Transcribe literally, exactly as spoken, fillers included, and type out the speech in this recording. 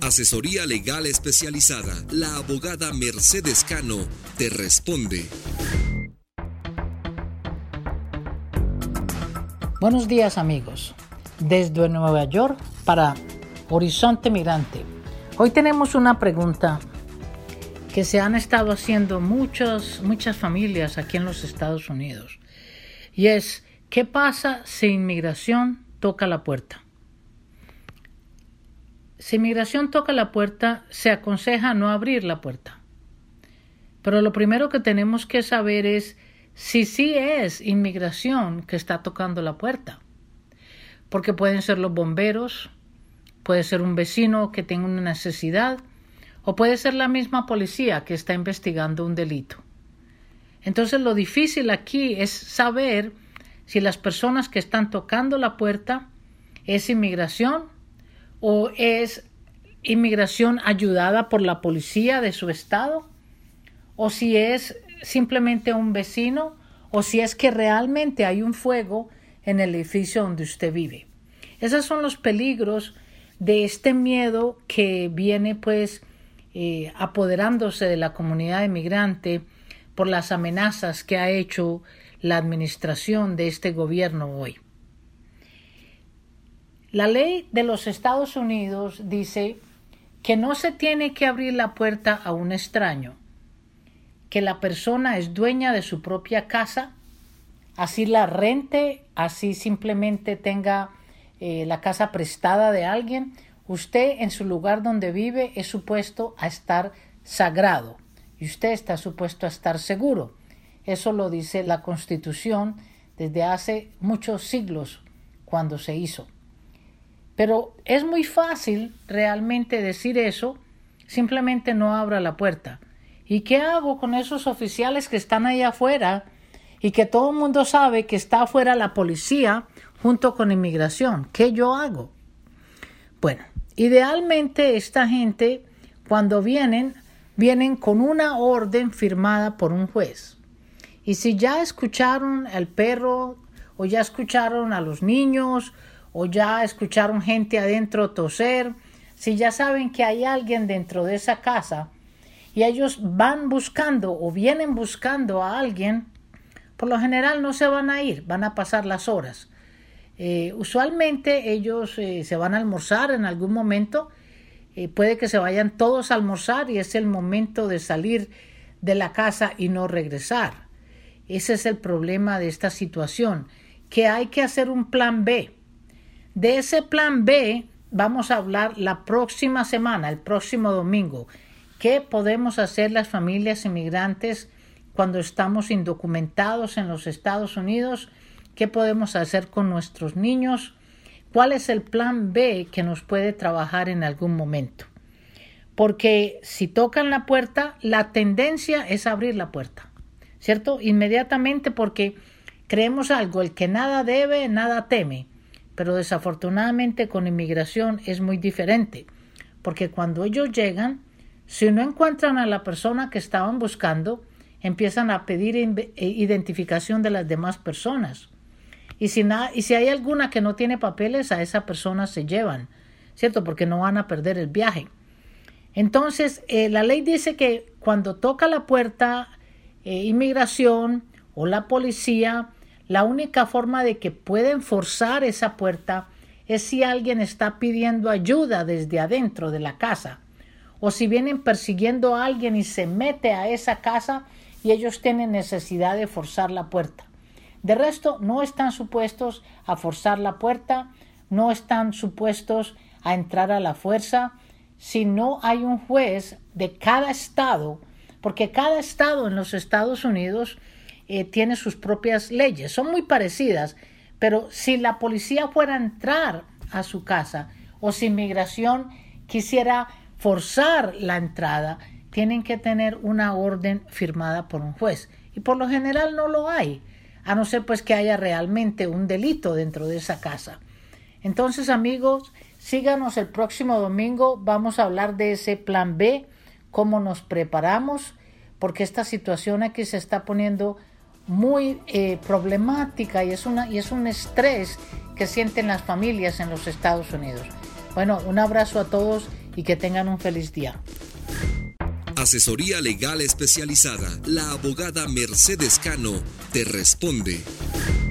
Asesoría legal especializada. La abogada Mercedes Cano te responde. Buenos días, amigos. Desde Nueva York para Horizonte Migrante. Hoy tenemos una pregunta que se han estado haciendo muchas, muchas familias aquí en los Estados Unidos. Y es, ¿qué pasa si inmigración toca la puerta? Si inmigración toca la puerta, se aconseja no abrir la puerta. Pero lo primero que tenemos que saber es si sí es inmigración que está tocando la puerta. Porque pueden ser los bomberos, puede ser un vecino que tenga una necesidad, o puede ser la misma policía que está investigando un delito. Entonces lo difícil aquí es saber si las personas que están tocando la puerta es inmigración o es inmigración ayudada por la policía de su estado, o si es simplemente un vecino, o si es que realmente hay un fuego en el edificio donde usted vive. Esos son los peligros de este miedo que viene pues eh, apoderándose de la comunidad inmigrante por las amenazas que ha hecho la administración de este gobierno hoy. La ley de los Estados Unidos dice que no se tiene que abrir la puerta a un extraño, que la persona es dueña de su propia casa, así la rente, así simplemente tenga eh, la casa prestada de alguien. Usted en su lugar donde vive es supuesto a estar sagrado y usted está supuesto a estar seguro. Eso lo dice la Constitución desde hace muchos siglos cuando se hizo. Pero es muy fácil realmente decir eso, simplemente no abra la puerta. ¿Y qué hago con esos oficiales que están allá afuera y que todo el mundo sabe que está afuera la policía junto con inmigración? ¿Qué yo hago? Bueno, idealmente esta gente cuando vienen, vienen con una orden firmada por un juez. Y si ya escucharon al perro o ya escucharon a los niños o ya escucharon gente adentro toser, si ya saben que hay alguien dentro de esa casa y ellos van buscando o vienen buscando a alguien, por lo general no se van a ir, van a pasar las horas. Eh, usualmente ellos eh, se van a almorzar en algún momento, eh, puede que se vayan todos a almorzar y es el momento de salir de la casa y no regresar. Ese es el problema de esta situación, que hay que hacer un plan B. De ese plan B vamos a hablar la próxima semana, el próximo domingo. ¿Qué podemos hacer las familias inmigrantes cuando estamos indocumentados en los Estados Unidos? ¿Qué podemos hacer con nuestros niños? ¿Cuál es el plan B que nos puede trabajar en algún momento? Porque si tocan la puerta, la tendencia es abrir la puerta, ¿cierto? Inmediatamente, porque creemos algo, el que nada debe, nada teme. Pero desafortunadamente con inmigración es muy diferente, porque cuando ellos llegan, si no encuentran a la persona que estaban buscando, empiezan a pedir identificación de las demás personas. Y si, na- y si hay alguna que no tiene papeles, a esa persona se llevan, ¿cierto? Porque no van a perder el viaje. Entonces, eh, la ley dice que cuando toca la puerta eh, inmigración o la policía, la única forma de que pueden forzar esa puerta es si alguien está pidiendo ayuda desde adentro de la casa, o si vienen persiguiendo a alguien y se mete a esa casa y ellos tienen necesidad de forzar la puerta. De resto, no están supuestos a forzar la puerta, no están supuestos a entrar a la fuerza, si no hay un juez de cada estado, porque cada estado en los Estados Unidos eh, tiene sus propias leyes, son muy parecidas, pero si la policía fuera a entrar a su casa o si inmigración quisiera forzar la entrada, tienen que tener una orden firmada por un juez. Y por lo general no lo hay, a no ser pues que haya realmente un delito dentro de esa casa. Entonces, amigos, síganos el próximo domingo. Vamos a hablar de ese plan B, cómo nos preparamos, porque esta situación aquí se está poniendo muy eh, problemática y es, una, y es un estrés que sienten las familias en los Estados Unidos. Bueno, un abrazo a todos y que tengan un feliz día. Asesoría legal especializada. La abogada Mercedes Cano te responde.